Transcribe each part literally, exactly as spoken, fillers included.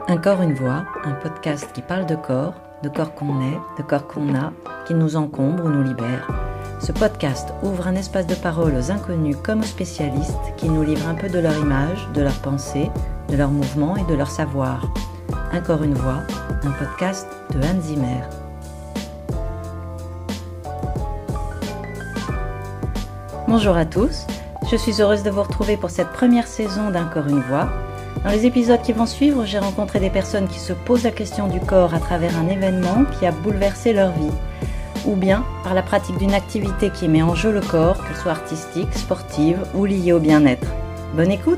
Un corps, une voix, un podcast qui parle de corps, de corps qu'on est, de corps qu'on a, qui nous encombre ou nous libère. Ce podcast ouvre un espace de parole aux inconnus comme aux spécialistes qui nous livrent un peu de leur image, de leur pensée, de leur mouvement et de leur savoir. Un corps, une voix, un podcast de Anne Zimmer. Bonjour à tous, je suis heureuse de vous retrouver pour cette première saison d'Un corps, une voix. Dans les épisodes qui vont suivre, j'ai rencontré des personnes qui se posent la question du corps à travers un événement qui a bouleversé leur vie, ou bien par la pratique d'une activité qui met en jeu le corps, qu'elle soit artistique, sportive ou liée au bien-être. Bonne écoute!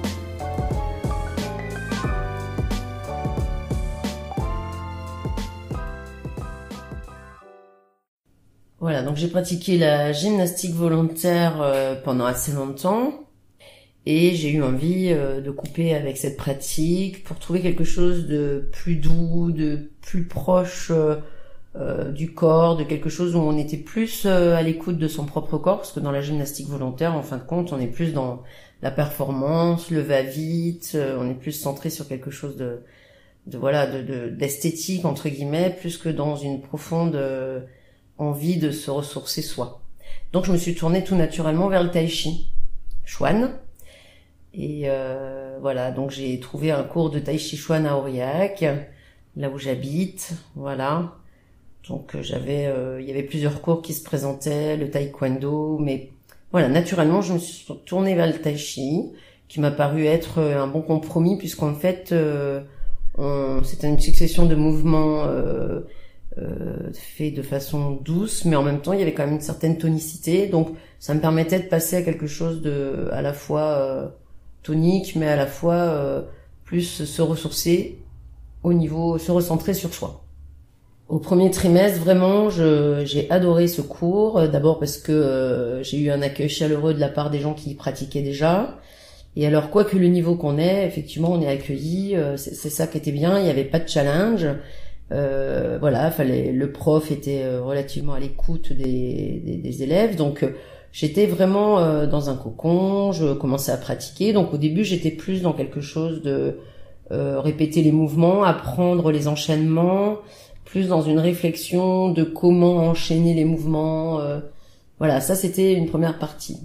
Voilà, donc j'ai pratiqué la gymnastique volontaire euh, pendant assez longtemps. Et j'ai eu envie euh, de couper avec cette pratique pour trouver quelque chose de plus doux, de plus proche euh, euh, du corps, de quelque chose où on était plus euh, à l'écoute de son propre corps, parce que dans la gymnastique volontaire, en fin de compte, on est plus dans la performance, le va-vite, euh, on est plus centré sur quelque chose de, de voilà, de, de d'esthétique entre guillemets, plus que dans une profonde euh, envie de se ressourcer soi. Donc je me suis tournée tout naturellement vers le tai chi chuan. Et euh, voilà, donc j'ai trouvé un cours de tai chi chuan à Aurillac, là où j'habite, voilà. Donc euh, j'avais, euh, il y avait plusieurs cours qui se présentaient, le taekwondo, mais voilà, naturellement je me suis tournée vers le tai chi, qui m'a paru être un bon compromis, puisqu'en fait, euh, on, c'était une succession de mouvements euh, euh, faits de façon douce, mais en même temps il y avait quand même une certaine tonicité, donc ça me permettait de passer à quelque chose de, à la fois euh, tonique, mais à la fois euh, plus se ressourcer au niveau, se recentrer sur soi. Au premier trimestre, vraiment, je, j'ai adoré ce cours. D'abord parce que euh, j'ai eu un accueil chaleureux de la part des gens qui y pratiquaient déjà. Et alors, quoi que le niveau qu'on ait, effectivement, on est accueilli. Euh, c'est, c'est ça qui était bien. Il n'y avait pas de challenge. Euh, voilà, fallait. Le prof était relativement à l'écoute des, des, des élèves, donc. Euh, J'étais vraiment euh, dans un cocon, je commençais à pratiquer. Donc au début, j'étais plus dans quelque chose de euh, répéter les mouvements, apprendre les enchaînements, plus dans une réflexion de comment enchaîner les mouvements. Euh, voilà, ça c'était une première partie.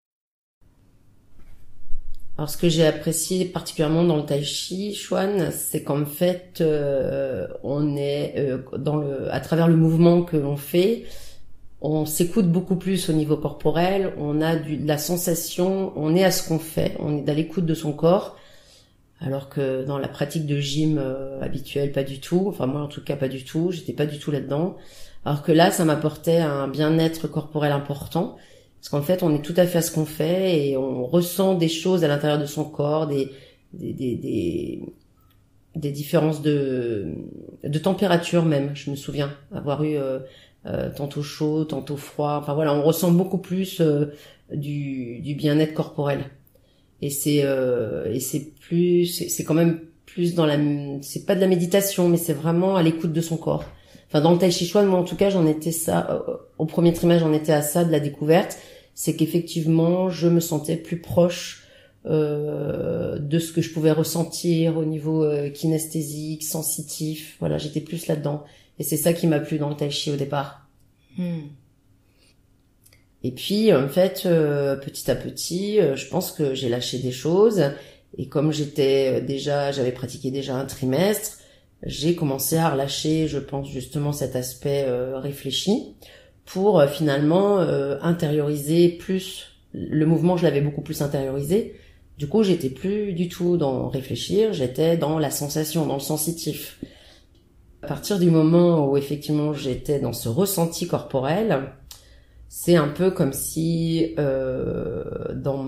Alors ce que j'ai apprécié particulièrement dans le tai chi chuan, c'est qu'en fait, euh, on est euh, dans le, à travers le mouvement que l'on fait, on s'écoute beaucoup plus au niveau corporel, on a du, de la sensation, on est à ce qu'on fait, on est à l'écoute de son corps, alors que dans la pratique de gym euh, habituelle, pas du tout, enfin moi en tout cas pas du tout, j'étais pas du tout là-dedans, alors que là ça m'apportait un bien-être corporel important, parce qu'en fait on est tout à fait à ce qu'on fait et on ressent des choses à l'intérieur de son corps, des, des, des, des, des différences de, de température même, je me souviens avoir eu... Euh, Euh, tantôt chaud, tantôt froid. Enfin voilà, on ressent beaucoup plus euh, du, du bien-être corporel. Et c'est euh, et c'est plus, c'est, c'est quand même plus dans la, c'est pas de la méditation, mais c'est vraiment à l'écoute de son corps. Enfin dans le tai chi chuan, moi en tout cas, j'en étais ça. Euh, au premier trimestre, j'en étais à ça de la découverte. C'est qu'effectivement, je me sentais plus proche euh, de ce que je pouvais ressentir au niveau euh, kinesthésique, sensitif. Voilà, j'étais plus là-dedans. Et c'est ça qui m'a plu dans le tai chi au départ. Hmm. Et puis, en fait, euh, petit à petit, euh, je pense que j'ai lâché des choses. Et comme j'étais déjà, j'avais pratiqué déjà un trimestre, j'ai commencé à relâcher, je pense, justement cet aspect euh, réfléchi pour euh, finalement euh, intérioriser plus. Le mouvement, je l'avais beaucoup plus intériorisé. Du coup, j'étais plus du tout dans réfléchir, j'étais dans la sensation, dans le sensitif. À partir du moment où effectivement j'étais dans ce ressenti corporel, c'est un peu comme si euh, dans,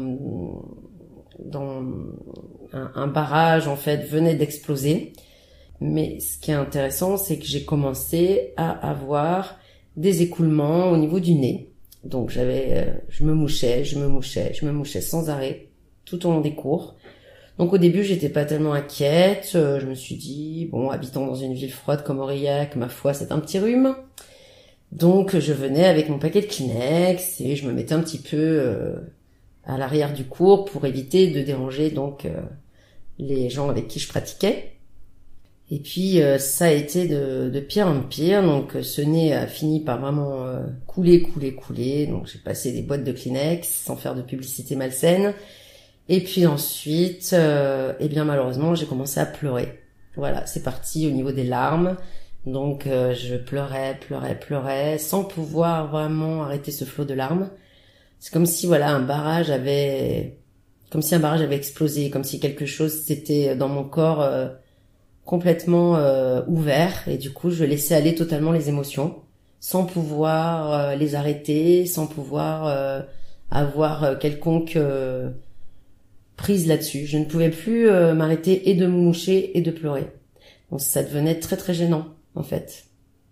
dans un, un barrage en fait venait d'exploser. Mais ce qui est intéressant, c'est que j'ai commencé à avoir des écoulements au niveau du nez. Donc j'avais, euh, je me mouchais, je me mouchais, je me mouchais sans arrêt tout au long des cours. Donc au début, j'étais pas tellement inquiète. Euh, je me suis dit, bon, habitant dans une ville froide comme Aurillac, ma foi, c'est un petit rhume. Donc je venais avec mon paquet de Kleenex et je me mettais un petit peu euh, à l'arrière du cours pour éviter de déranger donc euh, les gens avec qui je pratiquais. Et puis euh, ça a été de, de pire en pire, donc ce nez a fini par vraiment euh, couler, couler, couler. Donc j'ai passé des boîtes de Kleenex sans faire de publicité malsaine. Et puis ensuite, euh, eh bien malheureusement, j'ai commencé à pleurer. Voilà, c'est parti au niveau des larmes. Donc euh, je pleurais, pleurais, pleurais, sans pouvoir vraiment arrêter ce flot de larmes. C'est comme si voilà un barrage avait, comme si un barrage avait explosé, comme si quelque chose s'était dans mon corps euh, complètement euh, ouvert. Et du coup, je laissais aller totalement les émotions, sans pouvoir euh, les arrêter, sans pouvoir euh, avoir euh, quelconque euh, prise là-dessus. Je ne pouvais plus euh, m'arrêter et de me moucher et de pleurer. Donc ça devenait très très gênant en fait.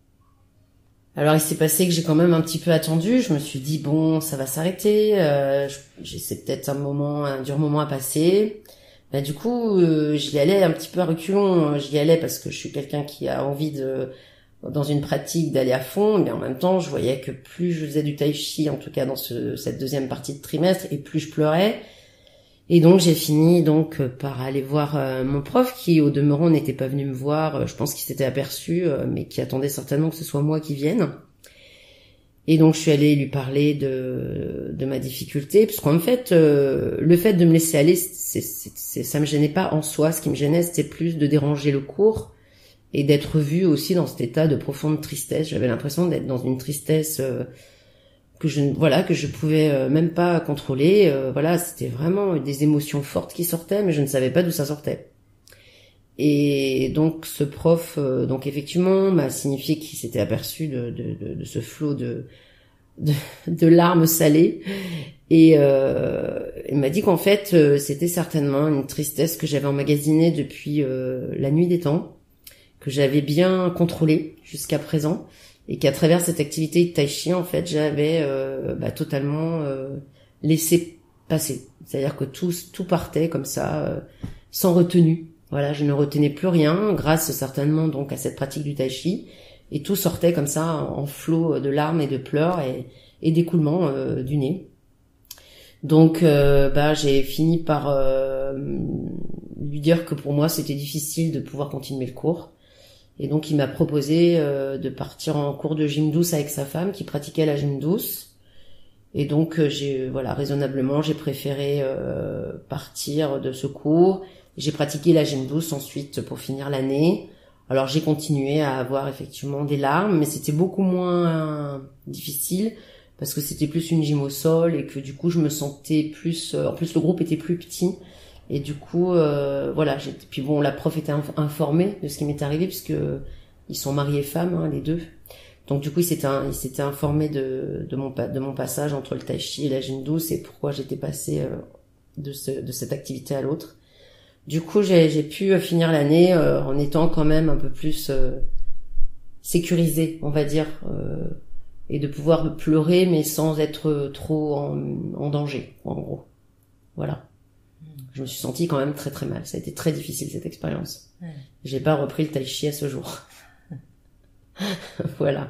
Alors il s'est passé que j'ai quand même un petit peu attendu. Je me suis dit bon, ça va s'arrêter. Euh, j'ai c'est peut-être un moment, un dur moment à passer. Bah, du coup, euh, j'y allais un petit peu à reculons. J'y allais parce que je suis quelqu'un qui a envie de, dans une pratique, d'aller à fond. Mais en même temps, je voyais que plus je faisais du tai chi, en tout cas dans ce, cette deuxième partie de trimestre, et plus je pleurais. Et donc j'ai fini donc par aller voir euh, mon prof qui au demeurant n'était pas venu me voir, je pense qu'il s'était aperçu euh, mais qui attendait certainement que ce soit moi qui vienne. Et donc je suis allée lui parler de de ma difficulté parce qu'en fait euh, le fait de me laisser aller c'est, c'est, c'est ça me gênait pas en soi, ce qui me gênait c'était plus de déranger le cours et d'être vue aussi dans cet état de profonde tristesse. J'avais l'impression d'être dans une tristesse euh, que je voilà que je pouvais euh, même pas contrôler, euh, voilà, c'était vraiment des émotions fortes qui sortaient mais je ne savais pas d'où ça sortait. Et donc ce prof euh, donc effectivement m'a signifié qu'il s'était aperçu de de de, de ce flot de, de de larmes salées et euh, il m'a dit qu'en fait euh, c'était certainement une tristesse que j'avais emmagasinée depuis euh, la nuit des temps, que j'avais bien contrôlée jusqu'à présent. Et qu'à travers cette activité de tai chi, en fait, j'avais euh, bah, totalement euh, laissé passer. C'est-à-dire que tout, tout partait comme ça, euh, sans retenue. Voilà, je ne retenais plus rien, grâce certainement donc à cette pratique du tai chi. Et tout sortait comme ça, en, en flot de larmes et de pleurs et, et d'écoulements euh, du nez. Donc, euh, bah, j'ai fini par euh, lui dire que pour moi, c'était difficile de pouvoir continuer le cours. Et donc, il m'a proposé euh, de partir en cours de gym douce avec sa femme qui pratiquait la gym douce. Et donc, euh, j'ai voilà, raisonnablement, j'ai préféré euh, partir de ce cours. J'ai pratiqué la gym douce ensuite pour finir l'année. Alors, j'ai continué à avoir effectivement des larmes, mais c'était beaucoup moins euh, difficile parce que c'était plus une gym au sol et que du coup, je me sentais plus... Euh, en plus, le groupe était plus petit. Et du coup, euh, voilà. J'ai, puis bon, la prof était inf- informée de ce qui m'était arrivé puisque ils sont mariés femmes, hein, les deux. Donc du coup, il s'était, il s'était informé de, de mon de mon passage entre le tai chi et la gym douce et pourquoi j'étais passée euh, de ce de cette activité à l'autre. Du coup, j'ai j'ai pu finir l'année euh, en étant quand même un peu plus euh, sécurisée, on va dire, euh, et de pouvoir pleurer mais sans être trop en, en danger, en gros. Voilà. Je me suis sentie quand même très très mal. Ça a été très difficile cette expérience. Ouais. J'ai pas repris le tai chi à ce jour. Voilà.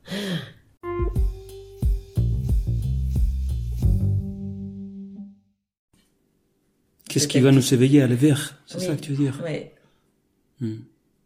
Qu'est-ce qui va nous éveiller à l'éveil? C'est oui. Ça que tu veux dire? Oui. Hmm.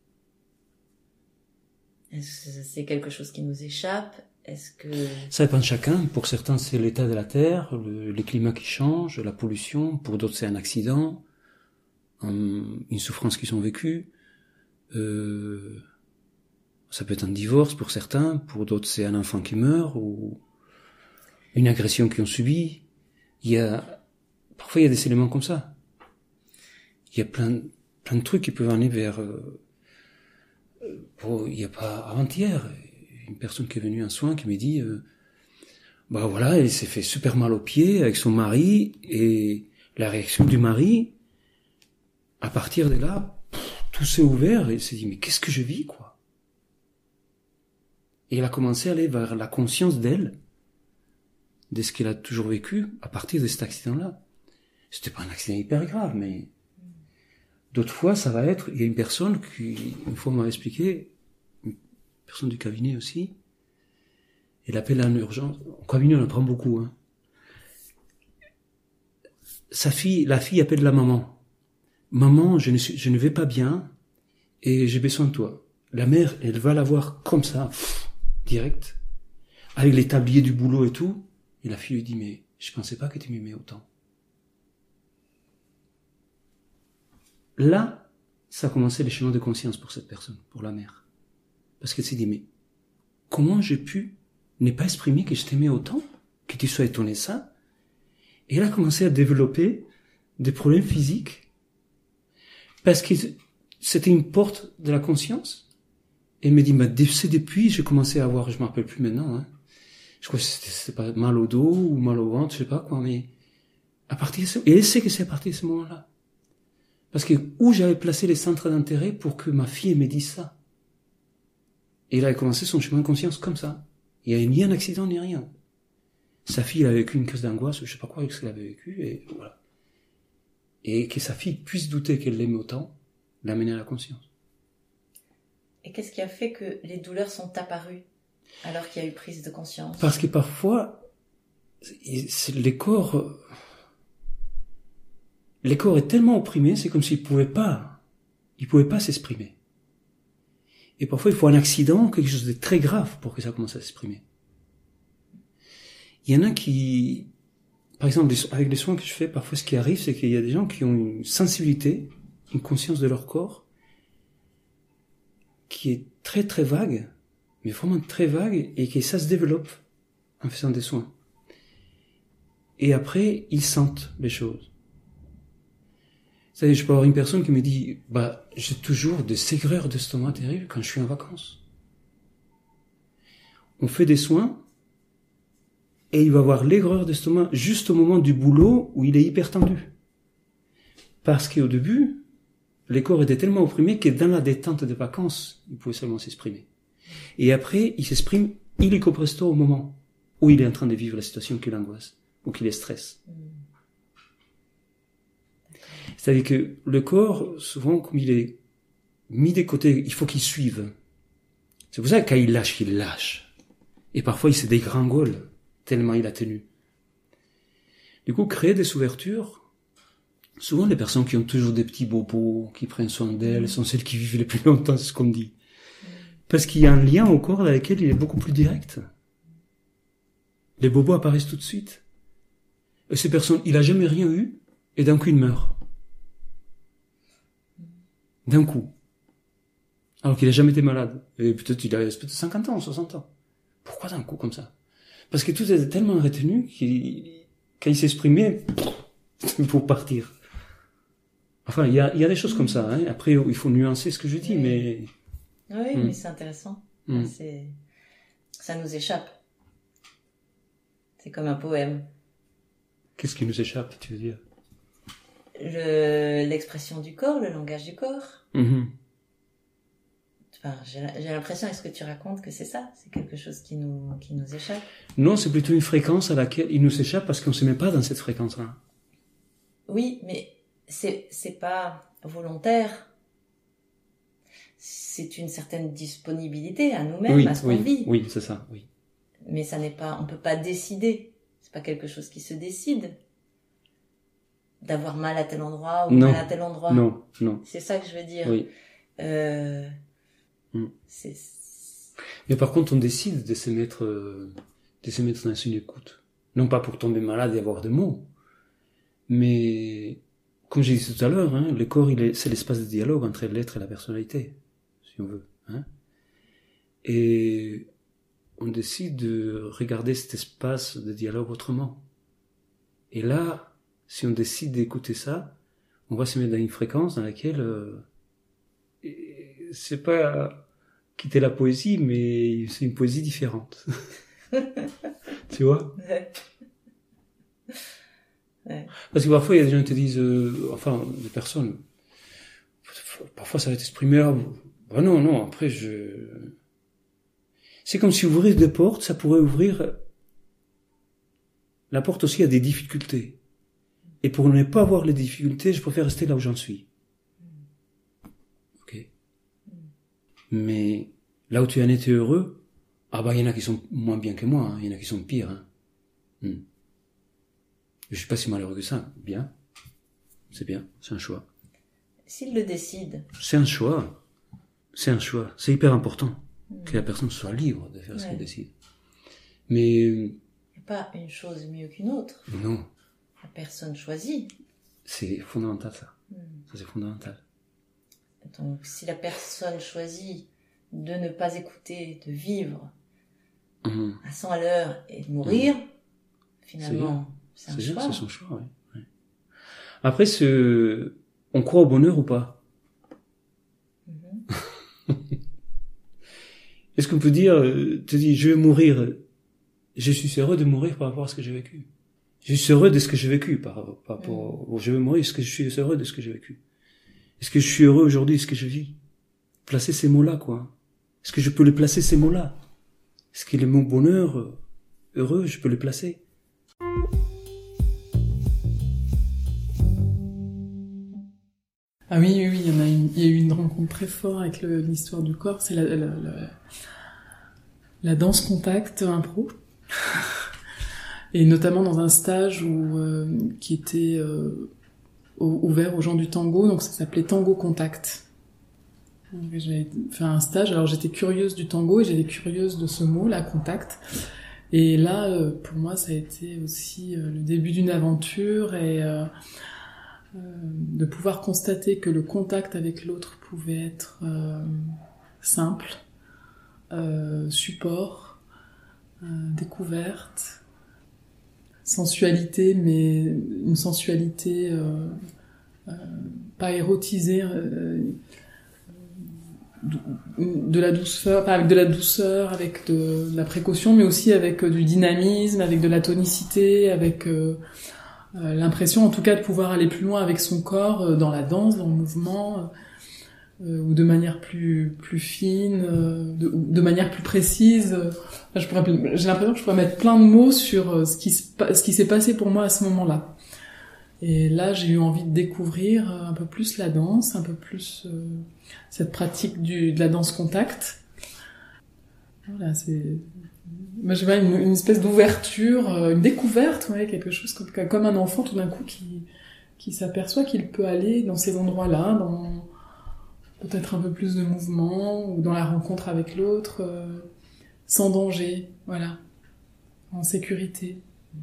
Est-ce que c'est quelque chose qui nous échappe? Est-ce que... Ça dépend de chacun. Pour certains, c'est l'état de la terre, le, les climats qui changent, la pollution. Pour d'autres, c'est un accident, un, une souffrance qu'ils ont vécue. Euh, ça peut être un divorce pour certains. Pour d'autres, c'est un enfant qui meurt ou une agression qu'ils ont subie. Il y a, parfois, il y a des éléments comme ça. Il y a plein, plein de trucs qui peuvent aller vers, euh, bon, il y a pas avant-hier, une personne qui est venue en soin qui m'a dit euh, bah voilà, elle s'est fait super mal aux pieds avec son mari et la réaction du mari, à partir de là, pff, tout s'est ouvert et elle s'est dit mais qu'est-ce que je vis quoi. Et elle a commencé à aller vers la conscience d'elle, de ce qu'elle a toujours vécu à partir de cet accident-là. C'était pas un accident hyper grave, mais d'autres fois ça va être, il y a une personne qui une fois m'a expliqué, personne du cabinet aussi, elle appelle en urgence. Au cabinet, on en prend beaucoup, hein. Sa fille, la fille appelle la maman. Maman, je ne suis, je ne vais pas bien, et j'ai besoin de toi. La mère, elle va la voir comme ça, pff, direct, avec les tabliers du boulot et tout, et la fille lui dit, mais je pensais pas que tu m'aimais autant. Là, ça a commencé l'échelon de conscience pour cette personne, pour la mère. Parce qu'elle s'est dit, mais comment j'ai pu ne pas exprimer que je t'aimais autant, que tu sois étonné de ça? Et elle a commencé à développer des problèmes physiques, parce que c'était une porte de la conscience. Et elle me dit, bah, c'est depuis, j'ai commencé à avoir, je me rappelle plus maintenant, hein. Je crois que c'était, c'était pas mal au dos, ou mal au ventre, je sais pas quoi, mais à partir de ce, et elle sait que c'est à partir de ce moment-là. Parce que où j'avais placé les centres d'intérêt pour que ma fille me dise ça. Et là, elle a commencé son chemin de conscience comme ça. Il n'y a ni un accident, ni rien. Sa fille, elle a vécu une crise d'angoisse, je sais pas quoi, avec ce qu'elle avait vécu, et voilà. Et que sa fille puisse douter qu'elle l'aime autant, l'amener à la conscience. Et qu'est-ce qui a fait que les douleurs sont apparues alors qu'il y a eu prise de conscience? Parce que parfois, c'est, les corps, les corps est tellement opprimés, c'est comme s'ils pouvaient pas, ils pouvaient pas s'exprimer. Et parfois, il faut un accident, quelque chose de très grave pour que ça commence à s'exprimer. Il y en a qui, par exemple, avec les soins que je fais, parfois ce qui arrive, c'est qu'il y a des gens qui ont une sensibilité, une conscience de leur corps, qui est très très vague, mais vraiment très vague, et que ça se développe en faisant des soins. Et après, ils sentent les choses. C'est-à-dire, je peux avoir une personne qui me dit, bah, j'ai toujours des aigreurs d'estomac terribles quand je suis en vacances. On fait des soins, et il va avoir l'aigreur d'estomac juste au moment du boulot où il est hyper tendu. Parce qu'au début, les corps étaient tellement opprimés que dans la détente des vacances, il pouvait seulement s'exprimer. Et après, il s'exprime illico presto au moment où il est en train de vivre la situation qui l'angoisse, ou qui le stresse. Mmh. C'est-à-dire que le corps, souvent, comme il est mis de côté, il faut qu'il suive. C'est pour ça que quand il lâche, il lâche. Et parfois, il se dégringole, tellement il a tenu. Du coup, créer des ouvertures, souvent les personnes qui ont toujours des petits bobos, qui prennent soin d'elles, mmh. sont celles qui vivent les plus longtemps, c'est ce qu'on dit. Parce qu'il y a un lien au corps avec lequel il est beaucoup plus direct. Les bobos apparaissent tout de suite. Et ces personnes, il a jamais rien eu, et d'un coup il meurt. D'un coup. Alors qu'il a jamais été malade. Et peut-être il a peut-être cinquante ans, soixante ans. Pourquoi d'un coup comme ça? Parce que tout était tellement retenu qu'il, quand il s'exprimait, il faut partir. Enfin, il y a, il y a des choses comme ça, hein. Après, il faut nuancer ce que je dis, oui. mais... Oui, mm. mais c'est intéressant. Mm. C'est... Ça nous échappe. C'est comme un poème. Qu'est-ce qui nous échappe, tu veux dire? Le... L'expression du corps, le langage du corps. Mm-hmm. Enfin, j'ai, j'ai l'impression, est-ce que tu racontes que c'est ça? C'est quelque chose qui nous, qui nous échappe? Non, c'est plutôt une fréquence à laquelle il nous échappe parce qu'on ne se met pas dans cette fréquence-là. Oui, mais c'est, c'est pas volontaire. C'est une certaine disponibilité à nous-mêmes, oui, à ce oui, qu'on vit. Oui, c'est ça, oui. Mais ça n'est pas, on peut pas décider. C'est pas quelque chose qui se décide. D'avoir mal à tel endroit ou non, mal à tel endroit. Non, non. C'est ça que je veux dire. Oui. Euh, mm. c'est... Mais par contre, on décide de se mettre, euh, de se mettre dans une écoute. Non pas pour tomber malade et avoir des mots, mais comme j'ai dit tout à l'heure, hein, le corps, il est, c'est l'espace de dialogue entre l'être et la personnalité, si on veut. Hein. Et on décide de regarder cet espace de dialogue autrement. Et là, si on décide d'écouter ça, on va se mettre dans une fréquence dans laquelle euh, c'est pas quitter la poésie, mais c'est une poésie différente. Tu vois? Ouais. Ouais. Parce que parfois, il y a des gens qui te disent, euh, enfin, des personnes, parfois ça va t'exprimer, ah, bah non, non, après je... C'est comme si ouvrir des portes, ça pourrait ouvrir la porte aussi à des difficultés. Et pour ne pas avoir les difficultés, je préfère rester là où j'en suis. Ok. Mais là où tu en étais heureux, ah bah il y en a qui sont moins bien que moi, hein. Il y en a qui sont pires. Hein. Hmm. Je suis pas si malheureux que ça. Bien. C'est bien, c'est un choix. S'il le décide. C'est un choix. c'est un choix. C'est hyper important mmh. que la personne soit libre de faire ouais. ce qu'elle décide. Mais... Il n'y a pas une chose mieux qu'une autre. Non. La personne choisit. C'est fondamental, ça. Mmh. Ça, c'est fondamental. Donc, si la personne choisit de ne pas écouter, de vivre mmh. à cent à l'heure et de mourir, mmh. finalement, c'est, c'est un c'est choix. C'est son choix, oui. Ouais. Après, ce... on croit au bonheur ou pas? Mmh. Est-ce qu'on peut dire, te dis, je vais mourir, je suis heureux de mourir par rapport à ce que j'ai vécu. Je suis heureux de ce que j'ai vécu par, par rapport mmh. au je vais mourir, est-ce que je suis heureux de ce que j'ai vécu? Est-ce que je suis heureux aujourd'hui de ce que je vis? Placer ces mots-là, quoi. Est-ce que je peux les placer, ces mots-là? Est-ce que les mots bonheur, heureux, je peux les placer? Ah oui, oui, oui, il y en a une, il y a eu une rencontre très forte avec le, l'histoire du corps, c'est la, la, la, la danse contact impro. Et notamment dans un stage où, euh, qui était euh, ouvert aux gens du tango, donc ça s'appelait Tango Contact. Donc, j'avais fait un stage, alors j'étais curieuse du tango et j'étais curieuse de ce mot, la contact. Et là, euh, pour moi, ça a été aussi euh, le début d'une aventure et euh, euh, de pouvoir constater que le contact avec l'autre pouvait être euh, simple, euh, support, euh, découverte, sensualité, mais une sensualité euh, euh, pas érotisée, euh, de la douceur, pas avec de la douceur, avec de, de la précaution, mais aussi avec euh, du dynamisme, avec de la tonicité, avec euh, euh, l'impression, en tout cas, de pouvoir aller plus loin avec son corps euh, dans la danse, dans le mouvement, euh, ou de manière plus plus fine, euh, de, de manière plus précise. Enfin, je pourrais, j'ai l'impression que je pourrais mettre plein de mots sur euh, ce qui se, ce qui s'est passé pour moi à ce moment-là. Et là, j'ai eu envie de découvrir un peu plus la danse, un peu plus euh, cette pratique du, de la danse contact. Voilà, c'est... Moi, je vois une, une espèce d'ouverture, une découverte, ouais, quelque chose comme, comme un enfant, tout d'un coup, qui, qui s'aperçoit qu'il peut aller dans ces endroits-là, dans peut-être un peu plus de mouvement, ou dans la rencontre avec l'autre, euh, sans danger, voilà, en sécurité.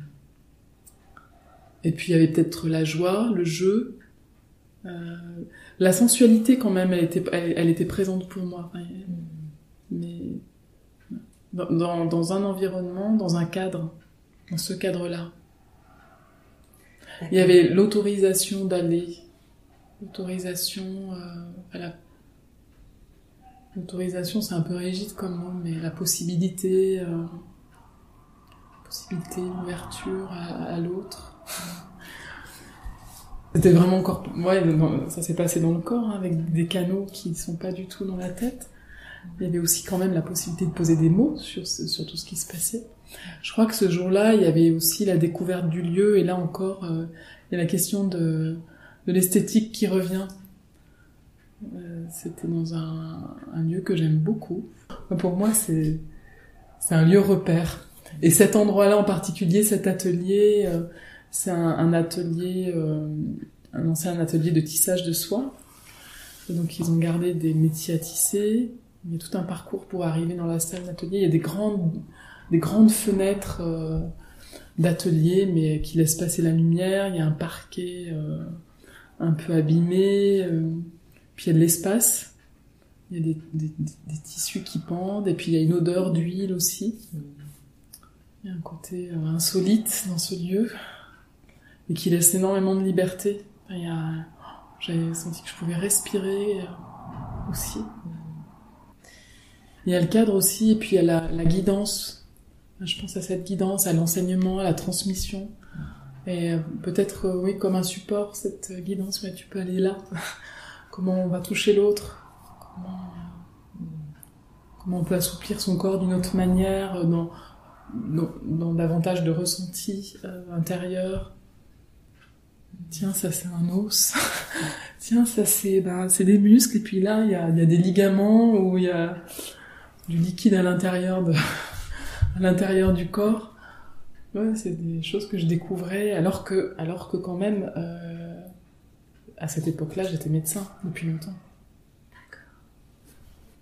Et puis il y avait peut-être la joie, le jeu, euh, la sensualité quand même, elle était, elle, elle était présente pour moi. Enfin, mais dans, dans, dans un environnement, dans un cadre, dans ce cadre-là. D'accord. Il y avait l'autorisation d'aller, l'autorisation euh, à la... L'autorisation, c'est un peu rigide comme mot, mais la possibilité, euh, possibilité, l'ouverture à, à l'autre. C'était vraiment encore, ouais, ça s'est passé dans le corps, hein, avec des canaux qui sont pas du tout dans la tête. Il y avait aussi quand même la possibilité de poser des mots sur, sur tout ce qui se passait. Je crois que ce jour-là, il y avait aussi la découverte du lieu, et là encore, euh, il y a la question de, de l'esthétique qui revient. Euh, c'était dans un, un lieu que j'aime beaucoup. Pour moi, c'est, c'est un lieu repère. Et cet endroit-là en particulier, cet atelier, euh, c'est un, un atelier, euh, un ancien atelier de tissage de soie. Et donc ils ont gardé des métiers à tisser. Il y a tout un parcours pour arriver dans la salle d'atelier. Il y a des grandes, des grandes fenêtres euh, d'atelier, mais qui laissent passer la lumière. Il y a un parquet euh, un peu abîmé. Euh, puis il y a de l'espace. Il y a des, des, des tissus qui pendent. Et puis il y a une odeur d'huile aussi. Il y a un côté euh, insolite dans ce lieu, et qui laisse énormément de liberté. Il y a... J'ai senti que je pouvais respirer euh, aussi. Il y a le cadre aussi, et puis il y a la, la guidance. Je pense à cette guidance, à l'enseignement, à la transmission. Et euh, peut-être, euh, oui, comme un support, cette guidance, mais tu peux aller là. Comment on va toucher l'autre. Comment, euh, comment on peut assouplir son corps d'une autre manière, euh, dans... Dans, dans davantage de ressenti euh, intérieur. Tiens, ça c'est un os. Tiens, ça c'est, ben, c'est des muscles. Et puis là, il y a, y a des ligaments, ou il y a du liquide à l'intérieur de, à l'intérieur du corps. Ouais, c'est des choses que je découvrais, alors que, alors que quand même, euh, à cette époque-là, j'étais médecin depuis longtemps.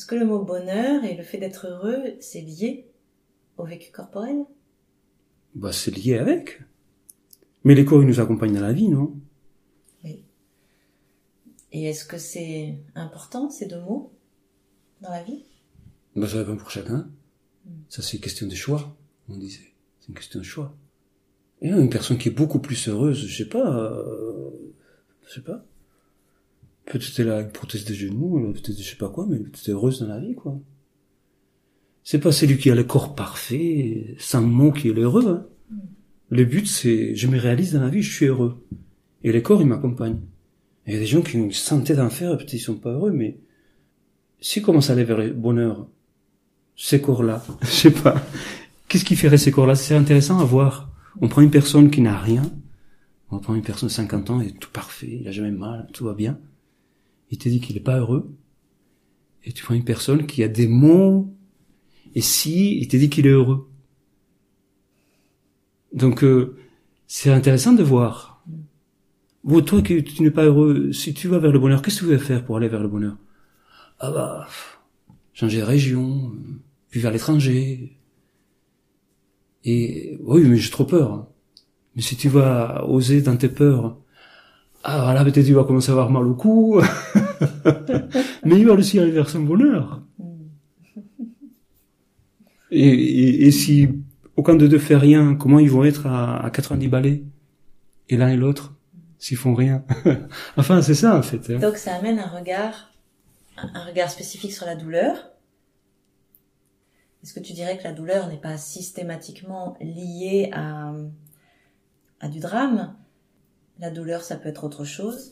Est-ce que le mot bonheur et le fait d'être heureux, c'est lié au vécu corporel? Bah, c'est lié avec. Mais les corps, ils nous accompagnent dans la vie, non? Oui. Et est-ce que c'est important, ces deux mots, dans la vie? Bah, ça dépend pour chacun. Mm. Ça, c'est une question de choix, on disait. C'est une question de choix. Et une personne qui est beaucoup plus heureuse, je sais pas, euh, je sais pas. Peut-être elle a une prothèse de genou, peut-être je sais pas quoi, mais peut-être heureuse dans la vie, quoi. C'est pas celui qui a le corps parfait, sans mots, qui est l'heureux, hein. Mm. Le but, c'est, je me réalise dans la vie, je suis heureux. Et les corps, ils m'accompagnent. Il y a des gens qui ont une santé d'enfer, peut-être ils sont pas heureux, mais s'ils commencent à aller vers le bonheur, ces corps-là, je sais pas, qu'est-ce qui ferait ces corps-là? C'est intéressant à voir. On prend une personne qui n'a rien, on prend une personne de cinquante ans, il est tout parfait, il a jamais mal, tout va bien. Il te dit qu'il est pas heureux. Et tu prends une personne qui a des mots, et si, il te dit qu'il est heureux. Donc, euh, c'est intéressant de voir. Bon, toi qui tu n'es pas heureux, si tu vas vers le bonheur, qu'est-ce que tu veux faire pour aller vers le bonheur? Ah bah, pff, changer de région, euh, vivre à l'étranger. Et oui, mais j'ai trop peur. Mais si tu vas oser dans tes peurs, ah voilà, peut-être tu vas commencer à avoir mal au cou. Mais il va aussi aller vers son bonheur. Et, et, et si aucun de deux fait rien, comment ils vont être à, à quatre-vingt-dix balais? Et l'un et l'autre, s'ils font rien. Enfin, c'est ça, en fait. Hein. Donc, ça amène un regard, un regard spécifique sur la douleur. Est-ce que tu dirais que la douleur n'est pas systématiquement liée à, à du drame? La douleur, ça peut être autre chose.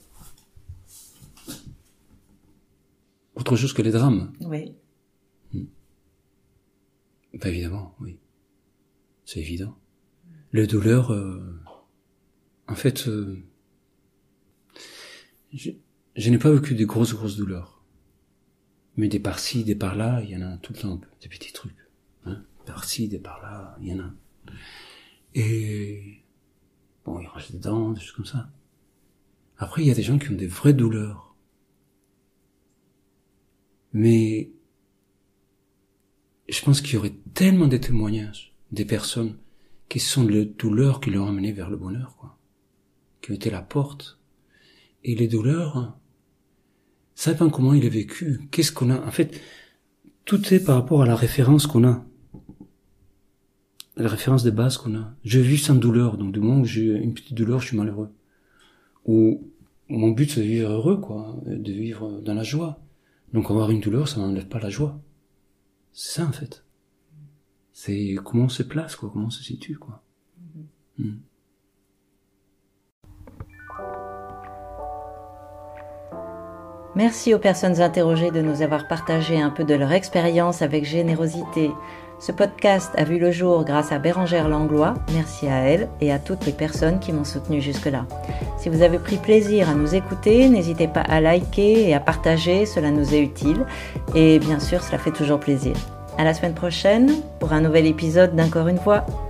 Autre chose que les drames? Oui. Hmm. Bah, évidemment, oui. C'est évident. Les douleurs, euh, en fait, euh, je, je n'ai pas vécu des grosses, grosses douleurs. Mais des par-ci, des par-là, il y en a tout le temps, des petits trucs. Hein, par-ci, des par-là, il y en a. Et bon, il range des dents, des choses comme ça. Après, il y a des gens qui ont des vraies douleurs. Mais je pense qu'il y aurait tellement de témoignages des personnes qui sont les douleurs qui leur ont amené vers le bonheur, quoi. Qui ont été la porte. Et les douleurs, ça dépend comment il est vécu. Qu'est-ce qu'on a? En fait, tout est par rapport à la référence qu'on a. La référence de base qu'on a. Je vis sans douleur, donc du moment où j'ai une petite douleur, je suis malheureux. Ou mon but, c'est de vivre heureux, quoi, de vivre dans la joie. Donc avoir une douleur, ça n'enlève pas la joie. C'est ça, en fait. C'est comment on se place, quoi, comment on se situe, quoi. Mm-hmm. Mm. Merci aux personnes interrogées de nous avoir partagé un peu de leur expérience avec générosité. Ce podcast a vu le jour grâce à Bérangère Langlois. Merci à elle et à toutes les personnes qui m'ont soutenu jusque-là. Si vous avez pris plaisir à nous écouter, n'hésitez pas à liker et à partager, cela nous est utile. Et bien sûr, cela fait toujours plaisir. À la semaine prochaine pour un nouvel épisode d'Encore une fois.